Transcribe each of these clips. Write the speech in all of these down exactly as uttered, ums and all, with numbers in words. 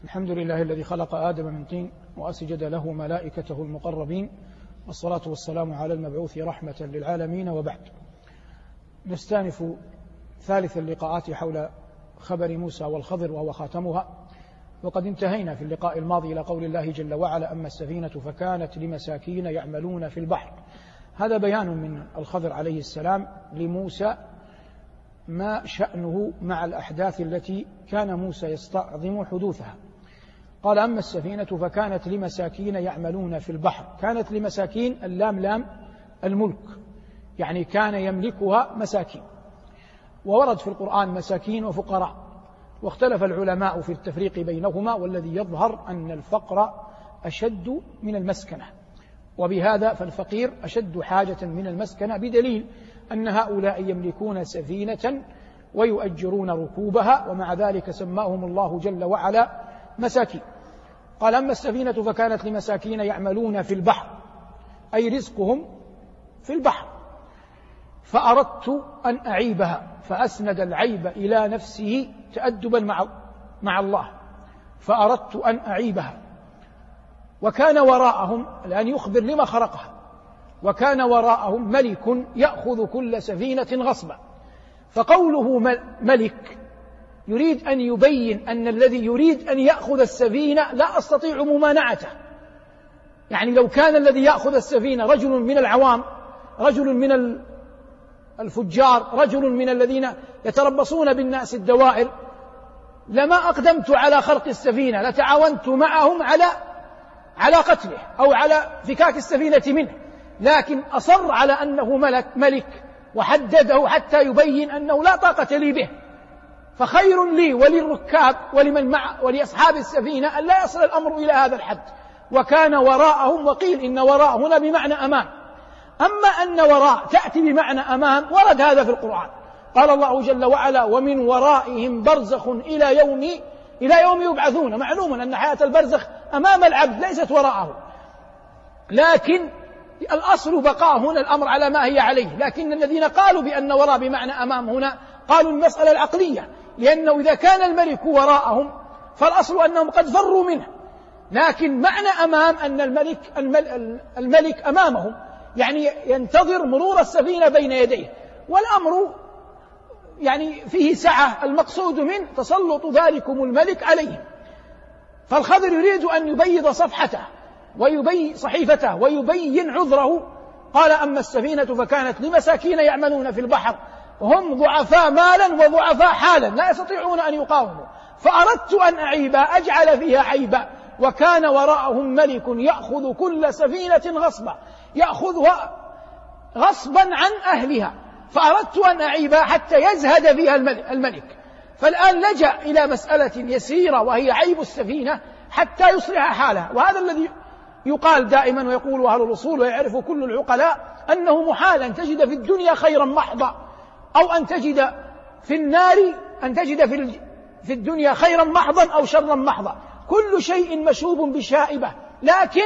الحمد لله الذي خلق آدم من طين وأسجد له ملائكته المقربين، والصلاة والسلام على المبعوث رحمة للعالمين، وبعد. نستأنف ثالث اللقاءات حول خبر موسى والخضر وهو خاتمها، وقد انتهينا في اللقاء الماضي إلى قول الله جل وعلا: أما السفينة فكانت لمساكين يعملون في البحر. هذا بيان من الخضر عليه السلام لموسى ما شأنه مع الأحداث التي كان موسى يستعظم حدوثها. قال: أما السفينة فكانت لمساكين يعملون في البحر. كانت لمساكين، اللام لام الملك، يعني كان يملكها مساكين. وورد في القرآن مساكين وفقراء، واختلف العلماء في التفريق بينهما، والذي يظهر أن الفقر أشد من المسكنة، وبهذا فالفقير أشد حاجة من المسكنة، بدليل أن هؤلاء يملكون سفينة ويؤجرون ركوبها، ومع ذلك سماهم الله جل وعلا مساكين. قال: أما السفينة فكانت لمساكين يعملون في البحر، أي رزقهم في البحر. فأردت أن أعيبها، فأسند العيب إلى نفسه تأدبا مع مع الله. فأردت أن أعيبها. وكان وراءهم، الآن يخبر لما خرقها، وكان وراءهم ملك يأخذ كل سفينة غصبا. فقوله ملك يريد أن يبين أن الذي يريد أن يأخذ السفينة لا أستطيع ممانعته. يعني لو كان الذي يأخذ السفينة رجل من العوام، رجل من الفجار، رجل من الذين يتربصون بالناس الدوائر، لما أقدمت على خرق السفينة، لتعاونت معهم على على قتله أو على فكاك السفينة منه. لكن أصر على أنه ملك ملك وحدده حتى يبين أنه لا طاقة لي به. فخير لي وللركاب ولمن مع ولأصحاب السفينة أن لا يصل الأمر إلى هذا الحد. وكان وراءهم، وقيل إن وراء هنا بمعنى أمام. أما أن وراء تأتي بمعنى أمام ورد هذا في القرآن. قال الله جل وعلا: ومن ورائهم برزخ إلى يوم إلى يوم يبعثون. معلوم أن حياة البرزخ أمام العبد ليست وراءه، لكن الأصل بقاء هنا الأمر على ما هي عليه. لكن الذين قالوا بأن وراء بمعنى أمام هنا قالوا المسألة العقلية، لأنه إذا كان الملك وراءهم فالأصل أنهم قد فروا منه. لكن معنى أمام أن الملك الملك أمامهم، يعني ينتظر مرور السفينة بين يديه، والأمر يعني فيه سعة. المقصود من تسلط ذلكم الملك عليهم. فالخضر يريد أن يبيض صفحته ويبين صحيفته ويبين عذره. قال: أما السفينة فكانت لمساكين يعملون في البحر، هم ضعفاء مالا وضعفاء حالا، لا يستطيعون أن يقاوموا. فأردت أن أعيبا، أجعل فيها عيبا. وكان وراءهم ملك يأخذ كل سفينة غصبا، يأخذها غصبا عن أهلها. فأردت أن أعيبا حتى يزهد فيها الملك. فالآن لجأ إلى مسألة يسيرة وهي عيب السفينة حتى يصلح حالها. وهذا الذي يقال دائما ويقول أهل الأصول ويعرف كل العقلاء، أنه محال أن تجد في الدنيا خيرا محضا، أو أن تجد في النار أن تجد في في الدنيا خيرا محضا أو شرا محضا. كل شيء مشوب بشائبة، لكن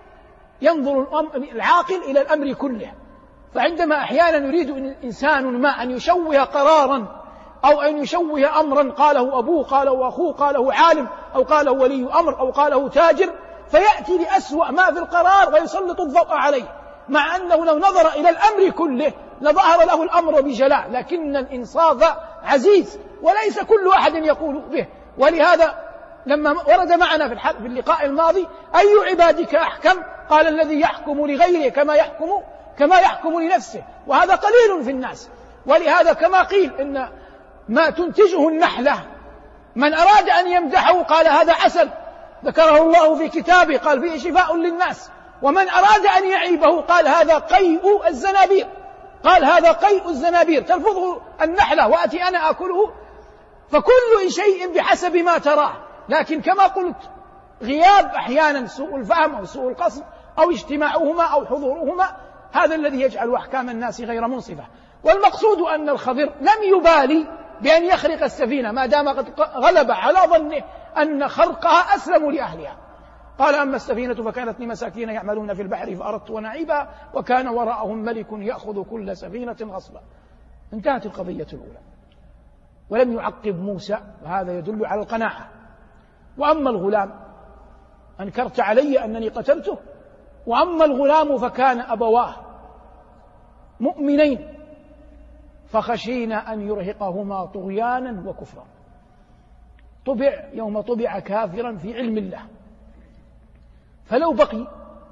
ينظر العاقل إلى الأمر كله. فعندما أحيانا يريد إنسان ما أن يشوه قرارا أو أن يشوه أمرا قاله أبوه، قاله أخوه، قاله عالم، أو قاله ولي أمر، أو قاله تاجر، فيأتي لأسوأ ما في القرار ويسلط الضوء عليه، مع أنه لو نظر إلى الأمر كله لظهر له الأمر بجلاء. لكن الإنصاف عزيز وليس كل أحد يقول به. ولهذا لما ورد معنا في اللقاء الماضي: أي عبادك أحكم؟ قال: الذي يحكم لغيره كما يحكم كما يحكم لنفسه. وهذا قليل في الناس. ولهذا كما قيل إن ما تنتجه النحلة، من أراد أن يمدحه قال: هذا عسل ذكره الله في كتابه، قال: فيه شفاء للناس. ومن أراد أن يعيبه قال: هذا قيء الزنابير، قال: هذا قيء الزنابير تلفظه النحلة وأتي أنا أكله. فكل شيء بحسب ما تراه. لكن كما قلت، غياب أحيانا سوء الفهم أو سوء القصد أو اجتماعهما أو حضورهما، هذا الذي يجعل أحكام الناس غير منصفة. والمقصود أن الخضر لم يبالي بأن يخرق السفينة ما دام قد غلب على ظنه أن خرقها أسلم لأهلها. قال: أما السفينة فكانت لمساكين يعملون في البحر فأردت أن أعيبها، وكان وراءهم ملك يأخذ كل سفينة غصبا. انتهت القضية الأولى. ولم يعقب موسى، وهذا يدل على القناعة. وأما الغلام أنكرت علي أنني قتلته، وأما الغلام فكان أبواه مؤمنين فخشينا أن يرهقهما طغيانا وكفرا. طبع يوم طبع كافرا في علم الله، فلو بقي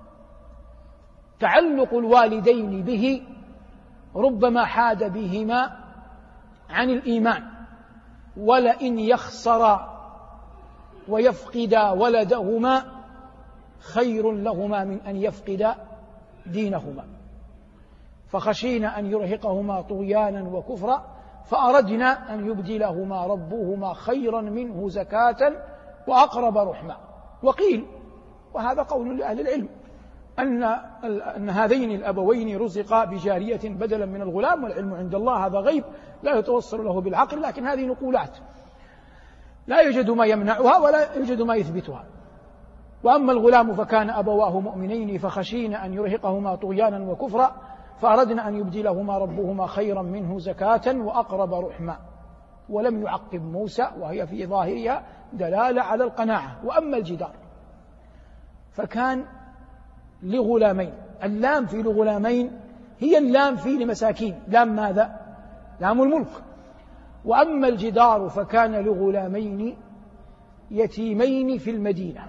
تعلق الوالدين به ربما حاد بهما عن الإيمان، ولئن يخسر ويفقدا ولدهما خير لهما من أن يفقدا دينهما، فخشينا أن يرهقهما طغيانا وكفرا فأردنا أن يبدلهما ربهما خيرا منه زكاة وأقرب رحما. وقيل، وهذا قول لأهل العلم، أن, أن هذين الأبوين رزقا بجارية بدلا من الغلام، والعلم عند الله، هذا غيب لا يتوصل له بالعقل، لكن هذه نقولات لا يوجد ما يمنعها ولا يوجد ما يثبتها. وأما الغلام فكان أبواه مؤمنين فخشينا أن يرهقهما طغيانا وكفرا فأردنا أن يبدلهما ربهما خيرا منه زكاة وأقرب رحما. ولم يعقب موسى، وهي في ظاهرها دلالة على القناعة. وأما الجدار فكان لغلامين، اللام في لغلامين هي اللام في لمساكين، لام ماذا؟ لام الملك. وأما الجدار فكان لغلامين يتيمين في المدينة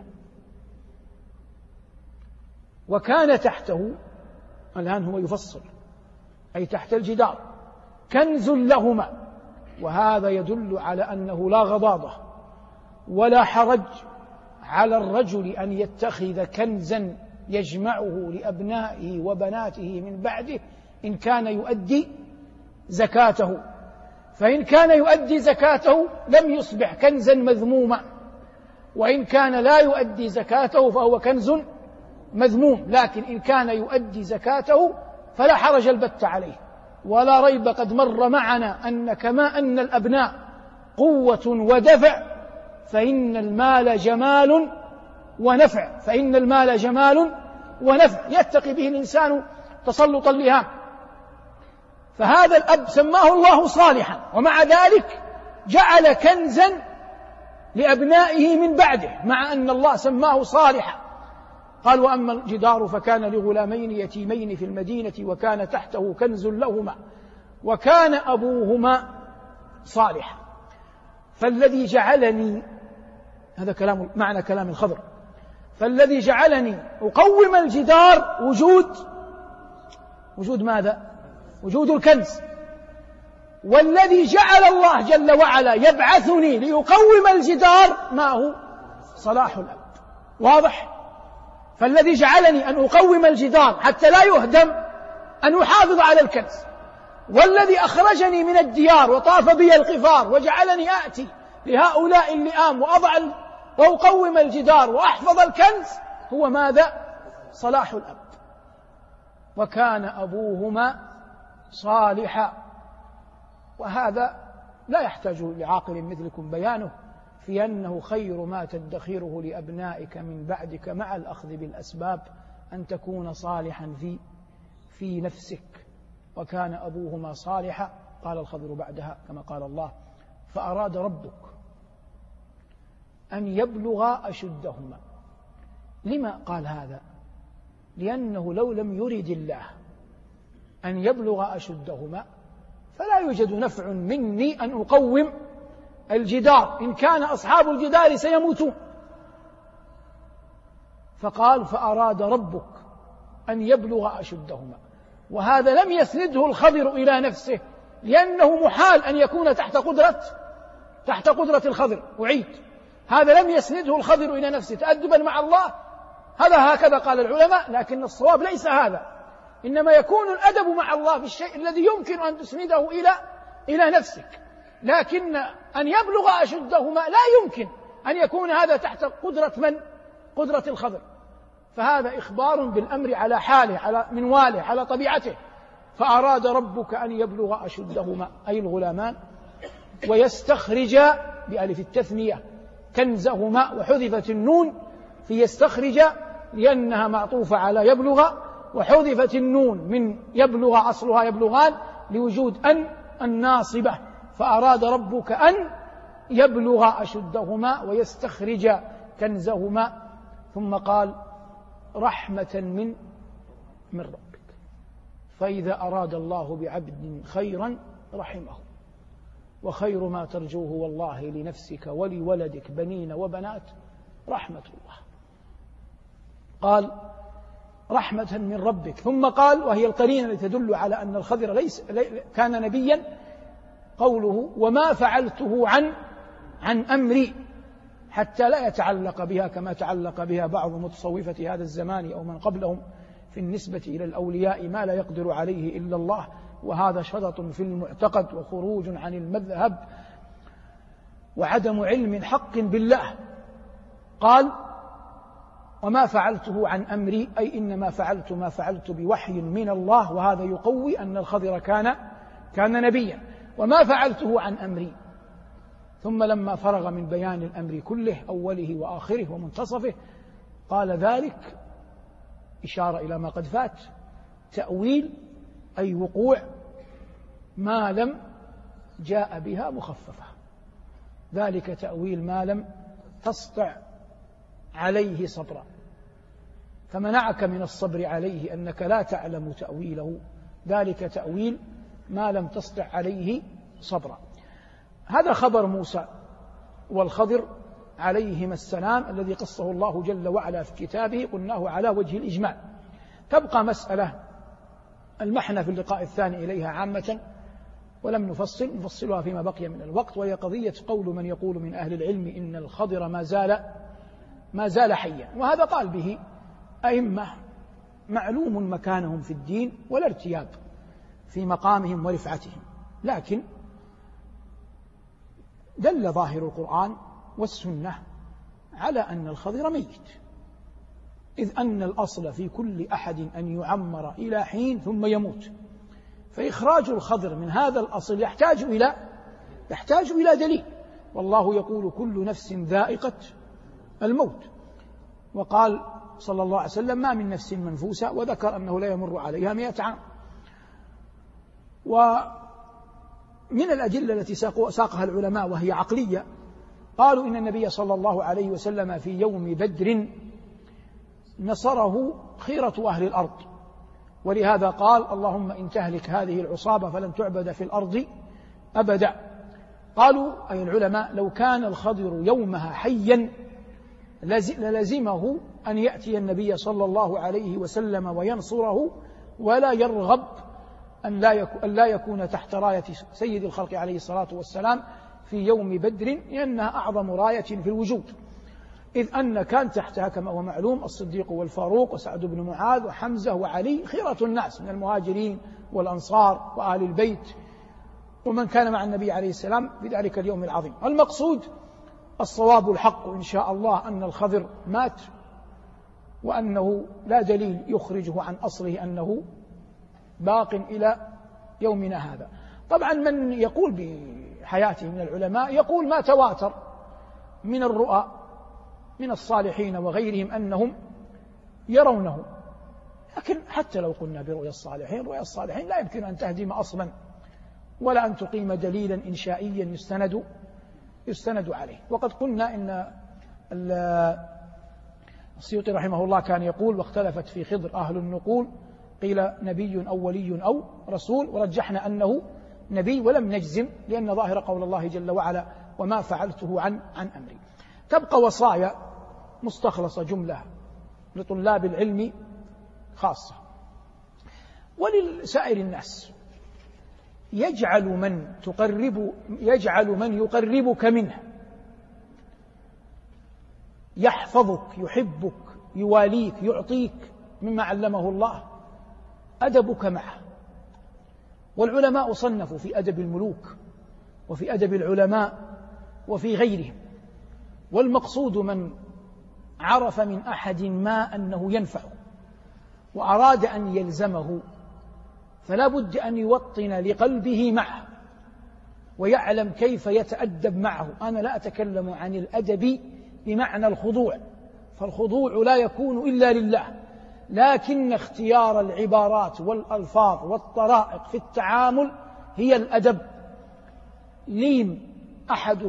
وكان تحته، الآن هو يفصل، أي تحت الجدار كنز لهما. وهذا يدل على أنه لا غضاضة ولا حرج على الرجل أن يتخذ كنزا يجمعه لأبنائه وبناته من بعده إن كان يؤدي زكاته، فإن كان يؤدي زكاته لم يصبح كنزا مذموما، وإن كان لا يؤدي زكاته فهو كنز مذموم. لكن إن كان يؤدي زكاته فلا حرج البت عليه. ولا ريب قد مر معنا أن كما أن الأبناء قوة ودفع فإن المال جمال ونفع، فإن المال جمال ونفع يتقي به الإنسان تسلط اللهام. فهذا الأب سماه الله صالحا، ومع ذلك جعل كنزا لأبنائه من بعده مع أن الله سماه صالحا. قال: وأما الجدار فكان لغلامين يتيمين في المدينة وكان تحته كنز لهما وكان أبوهما صالحا. فالذي جعلني، هذا كلام معنى كلام الخضر، فالذي جعلني أقوم الجدار وجود وجود ماذا؟ وجود الكنز. والذي جعل الله جل وعلا يبعثني ليقوم الجدار ما هو؟ صلاح الأب. واضح؟ فالذي جعلني أن أقوم الجدار حتى لا يهدم أن أحافظ على الكنز، والذي أخرجني من الديار وطاف بي القفار وجعلني آتي لهؤلاء اللئام وأضع وأقوم الجدار وأحفظ الكنز هو ماذا؟ صلاح الأب. وكان أبوهما صالحا. وهذا لا يحتاج لعاقل مثلكم بيانه في أنه خير ما تدخره لأبنائك من بعدك مع الأخذ بالأسباب أن تكون صالحا في في نفسك. وكان أبوهما صالحا. قال الخضر بعدها كما قال الله: فأراد ربك أن يبلغا أشدهما. لما قال هذا؟ لأنه لو لم يرد الله أن يبلغ أشدهما فلا يوجد نفع مني أن أقوم الجدار إن كان أصحاب الجدار سيموتون. فقال: فأراد ربك أن يبلغ أشدهما. وهذا لم يسنده الخضر إلى نفسه، لأنه محال أن يكون تحت قدرة تحت قدرة الخضر. أعيد، هذا لم يسنده الخضر إلى نفسه تأدبا مع الله، هذا هكذا قال العلماء، لكن الصواب ليس هذا، إنما يكون الأدب مع الله في الشيء الذي يمكن أن تسنده إلى إلى نفسك. لكن أن يبلغ أشدهما لا يمكن أن يكون هذا تحت قدرة من؟ قدرة الخضر. فهذا إخبار بالأمر على حاله، على منواله، على طبيعته. فأراد ربك أن يبلغ أشدهما أي الغلامان ويستخرج بألف التثنية كنزهما، وحذفت النون في يستخرج لأنها معطوفة على يبلغ، وحذفت النون من يبلغ أصلها يبلغان لوجود أن الناصبة. فأراد ربك أن يبلغ أشدهما ويستخرج كنزهما. ثم قال رحمة من من ربك، فإذا أراد الله بعبد خيرا رحمه، وخير ما ترجوه والله لنفسك ولولدك بنين وبنات رحمة الله. قال رحمة من ربك، ثم قال وهي القرينة التي تدل على أن الخضر ليس كان نبيا، قوله وما فعلته عن عن أمري، حتى لا يتعلق بها كما تعلق بها بعض متصوفة هذا الزمان أو من قبلهم في النسبة إلى الأولياء ما لا يقدر عليه إلا الله، وهذا شطط في المعتقد وخروج عن المذهب وعدم علم حق بالله. قال وما فعلته عن أمري، أي إنما فعلت ما فعلت بوحي من الله، وهذا يقوي أن الخضر كان كان نبيا. وما فعلته عن أمري، ثم لما فرغ من بيان الأمر كله أوله وآخره ومنتصفه قال ذلك إشارة إلى ما قد فات، تأويل أي وقوع ما لم جاء بها مخففة، ذلك تأويل ما لم تسطع عليه صبرا، فمنعك من الصبر عليه أنك لا تعلم تأويله، ذلك تأويل ما لم تسطع عليه صبرا. هذا خبر موسى والخضر عليهما السلام الذي قصه الله جل وعلا في كتابه، قلناه على وجه الإجمال. تبقى مسألة المحنة في اللقاء الثاني إليها عامة ولم نفصل نفصلها فيما بقي من الوقت، وهي قضية قول من يقول من أهل العلم إن الخضر ما زال ما زال حيا، وهذا قال به أئمة معلوم مكانهم في الدين ولا ارتياب في مقامهم ورفعتهم، لكن دل ظاهر القرآن والسنة على أن الخضر ميت، إذ أن الأصل في كل أحد أن يعمر إلى حين ثم يموت، فإخراج الخضر من هذا الأصل يحتاج إلى يحتاج إلى دليل، والله يقول كل نفس ذائقة الموت، وقال صلى الله عليه وسلم ما من نفس منفوسة، وذكر أنه لا يمر عليها مئة عام. ومن الأدلة التي ساقها العلماء وهي عقلية، قالوا إن النبي صلى الله عليه وسلم في يوم بدر نصره خيرة أهل الأرض، ولهذا قال اللهم إن تهلك هذه العصابة فلن تعبد في الأرض أبدا. قالوا أي العلماء لو كان الخضر يومها حيا للزمه أن يأتي النبي صلى الله عليه وسلم وينصره، ولا يرغب أن لا يكون تحت راية سيد الخلق عليه الصلاة والسلام في يوم بدر، لأنها أعظم راية في الوجود، إذ أن كان تحتها كما هو معلوم الصديق والفاروق وسعد بن معاذ وحمزة وعلي خيرة الناس من المهاجرين والأنصار وآل البيت ومن كان مع النبي عليه السلام في ذلك اليوم العظيم. المقصود الصواب الحق إن شاء الله أن الخضر مات، وأنه لا دليل يخرجه عن أصله أنه باق إلى يومنا هذا. طبعا من يقول بحياته من العلماء يقول ما تواتر من الرؤى من الصالحين وغيرهم أنهم يرونه، لكن حتى لو قلنا برؤيا الصالحين، رؤيا الصالحين لا يمكن أن تهدم أصلا ولا أن تقيم دليلا إنشائيا يستند يستند عليه. وقد قلنا إن السيوطي رحمه الله كان يقول واختلفت في خضر أهل النقول، قيل نبي أو ولي أو رسول، ورجحنا أنه نبي ولم نجزم لأن ظاهر قول الله جل وعلا وما فعلته عن عن أمري. تبقى وصايا مستخلصة جملة لطلاب العلم خاصة ولسائر الناس، يجعل من تقرب يجعل من يقربك منه يحفظك يحبك يواليك يعطيك مما علمه الله أدبك معه. والعلماء صنفوا في أدب الملوك وفي أدب العلماء وفي غيرهم، والمقصود من عرف من أحد ما أنه ينفعه وأراد أن يلزمه فلا بد أن يوطن لقلبه معه ويعلم كيف يتأدب معه. أنا لا أتكلم عن الأدب بمعنى الخضوع، فالخضوع لا يكون إلا لله، لكن اختيار العبارات والألفاظ والطرائق في التعامل هي الأدب. لين أحد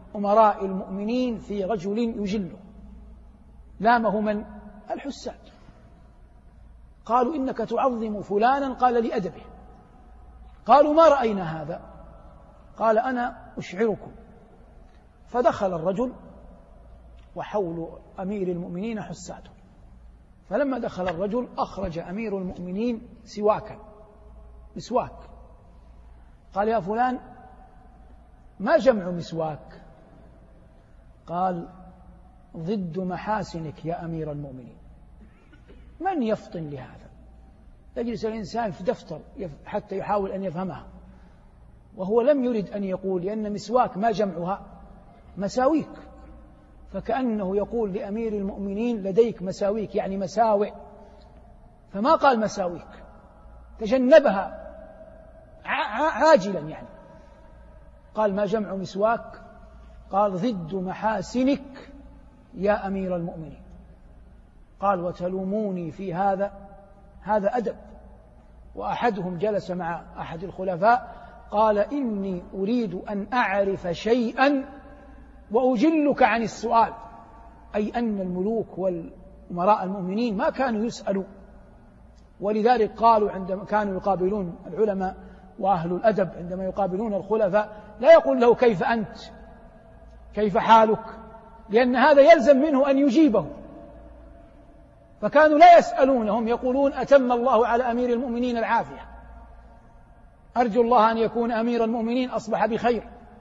أمراء المؤمنين في رجل يجله، لامه من؟ الحساد. قالوا إنك تعظم فلانا، قال لأدبه. قالوا ما رأينا هذا، قال أنا أشعركم. فدخل الرجل وحول أمير المؤمنين حساده، فلما دخل الرجل أخرج أمير المؤمنين سواكا، مسواك. قال يا فلان ما جمع مسواك؟ قال ضد محاسنك يا أمير المؤمنين. من يفطن لهذا؟ يجلس الإنسان في دفتر حتى يحاول أن يفهمها، وهو لم يرد أن يقول، لأن مسواك ما جمعها؟ مساويك. فكأنه يقول لأمير المؤمنين لديك مساويك، يعني مساوئ، فما قال مساويك، تجنبها عاجلا يعني. قال ما جمع مسواك؟ قال ضد محاسنك يا أمير المؤمنين. قال وتلوموني في هذا؟ هذا أدب. وأحدهم جلس مع أحد الخلفاء قال إني أريد أن أعرف شيئا وأجلك عن السؤال، أي أن الملوك والأمراء المؤمنين ما كانوا يسألوا، ولذلك قالوا عندما كانوا يقابلون العلماء وأهل الأدب عندما يقابلون الخلفاء لا يقول له كيف أنت، كيف حالك، لأن هذا يلزم منه أن يجيبه. فكانوا لا يسألونهم، يقولون أتم الله على أمير المؤمنين العافية، أرجو الله أن يكون أمير المؤمنين أصبح بخير.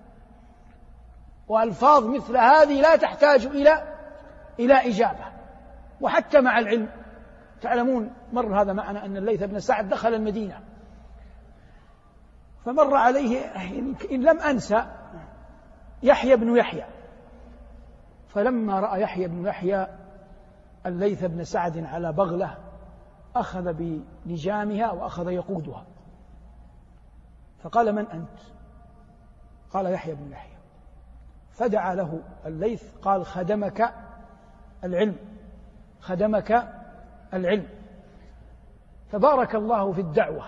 وألفاظ مثل هذه لا تحتاج إلى إلى إجابة. وحتى مع العلم، تعلمون مر هذا معنا أن الليث بن سعد دخل المدينة، فمر عليه إن لم أنسى يحيى بن يحيى، فلما رأى يحيى بن يحيى الليث بن سعد على بغلة أخذ بلجامها وأخذ يقودها، فقال من أنت؟ قال يحيى بن يحيى. فدعا له الليث قال خدمك العلم، خدمك العلم. فبارك الله في الدعوة،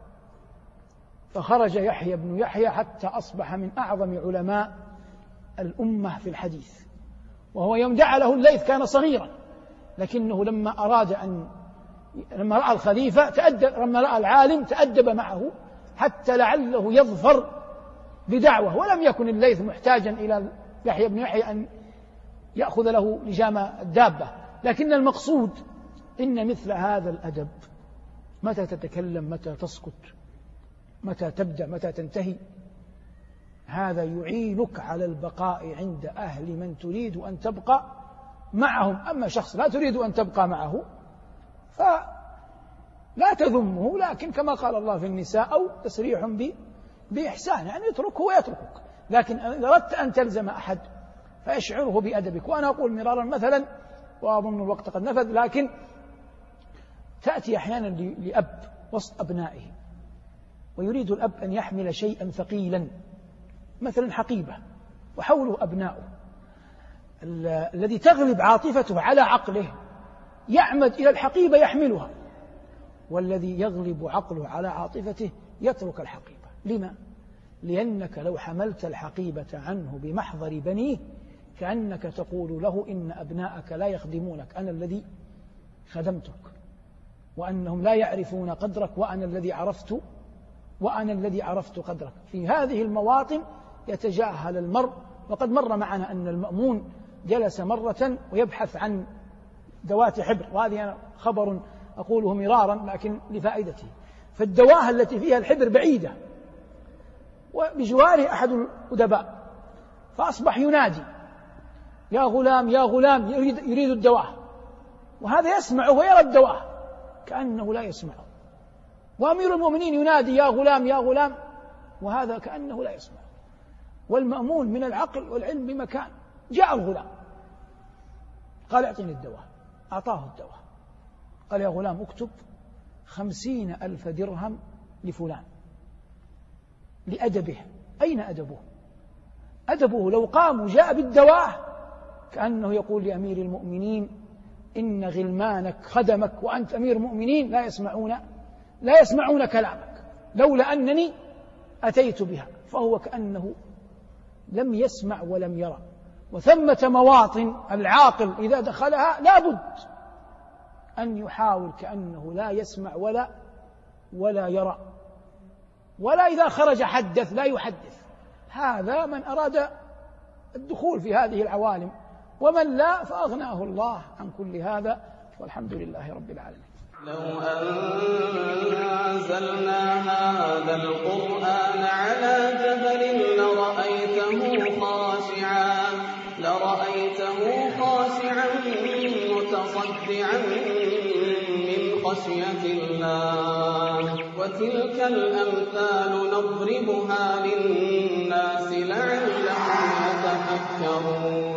فخرج يحيى بن يحيى حتى أصبح من أعظم علماء الأمة في الحديث. وهو يوم دعا له الليث كان صغيرا، لكنه لما أراد أن لما رأى الخليفة تأدب، لما رأى العالم تأدب معه حتى لعله يظفر بدعوة. ولم يكن الليث محتاجا إلى يحيى بن يحيى أن يأخذ له لجام الدابة، لكن المقصود إن مثل هذا الأدب، متى تتكلم، متى تسكت، متى تبدأ، متى تنتهي، هذا يعينك على البقاء عند أهل من تريد أن تبقى معهم. أما شخص لا تريد أن تبقى معه فلا تذمه، لكن كما قال الله في النساء أو تسريح بإحسان، يعني يتركه ويتركك. لكن إذا أردت أن تلزم أحد فاشعره بأدبك. وأنا أقول مرارا مثلا، وأظن الوقت قد نفذ، لكن تأتي أحيانا لأب وسط أبنائه ويريد الأب أن يحمل شيئا ثقيلا، مثلا حقيبة، وحوله أبناؤه، الذي تغلب عاطفته على عقله يعمد إلى الحقيبة يحملها، والذي يغلب عقله على عاطفته يترك الحقيبة. لما؟ لأنك لو حملت الحقيبة عنه بمحضر بنيه كأنك تقول له إن أبناءك لا يخدمونك، أنا الذي خدمتك، وأنهم لا يعرفون قدرك، وأنا الذي عرفت وأنا الذي عرفت قدرك. في هذه المواطن يتجاهل المرء. وقد مر معنا أن المأمون جلس مرة ويبحث عن ذوات حبر، وهذه خبر أقوله مرارا لكن لفائدته. فالدواء التي فيها الحبر بعيدة وبجواره أحد الأدباء، فأصبح ينادي يا غلام يا غلام، يريد, يريد الدواء، وهذا يسمعه ويرى الدواء كأنه لا يسمعه. وأمير المؤمنين ينادي يا غلام يا غلام، وهذا كأنه لا يسمعه. والمأمون من العقل والعلم بمكان. جاء الغلام قال اعطني الدواء، أعطاه الدواء، قال يا غلام اكتب خمسين ألف درهم لفلان، لأدبه. أين أدبه؟ أدبه لو قام وجاء بالدواء كأنه يقول لأمير المؤمنين إن غلمانك خدمك وأنت أمير المؤمنين لا يسمعون لا يسمعون كلامك، لولا أنني أتيت بها. فهو كأنه لم يسمع ولم يرى. وثمة مواطن العاقل إذا دخلها لا بد أن يحاول كأنه لا يسمع ولا ولا يرى، ولا إذا خرج حدث لا يحدث. هذا من أراد الدخول في هذه العوالم، ومن لا فأغناه الله عن كل هذا، والحمد لله رب العالمين. لو أنزلنا هذا القرآن على جبل لرأيته خاشعا لرأيته خاشعا متصدعا من خشية الله. وتلك الأمثال نضربها للناس لعلهم يتفكرون.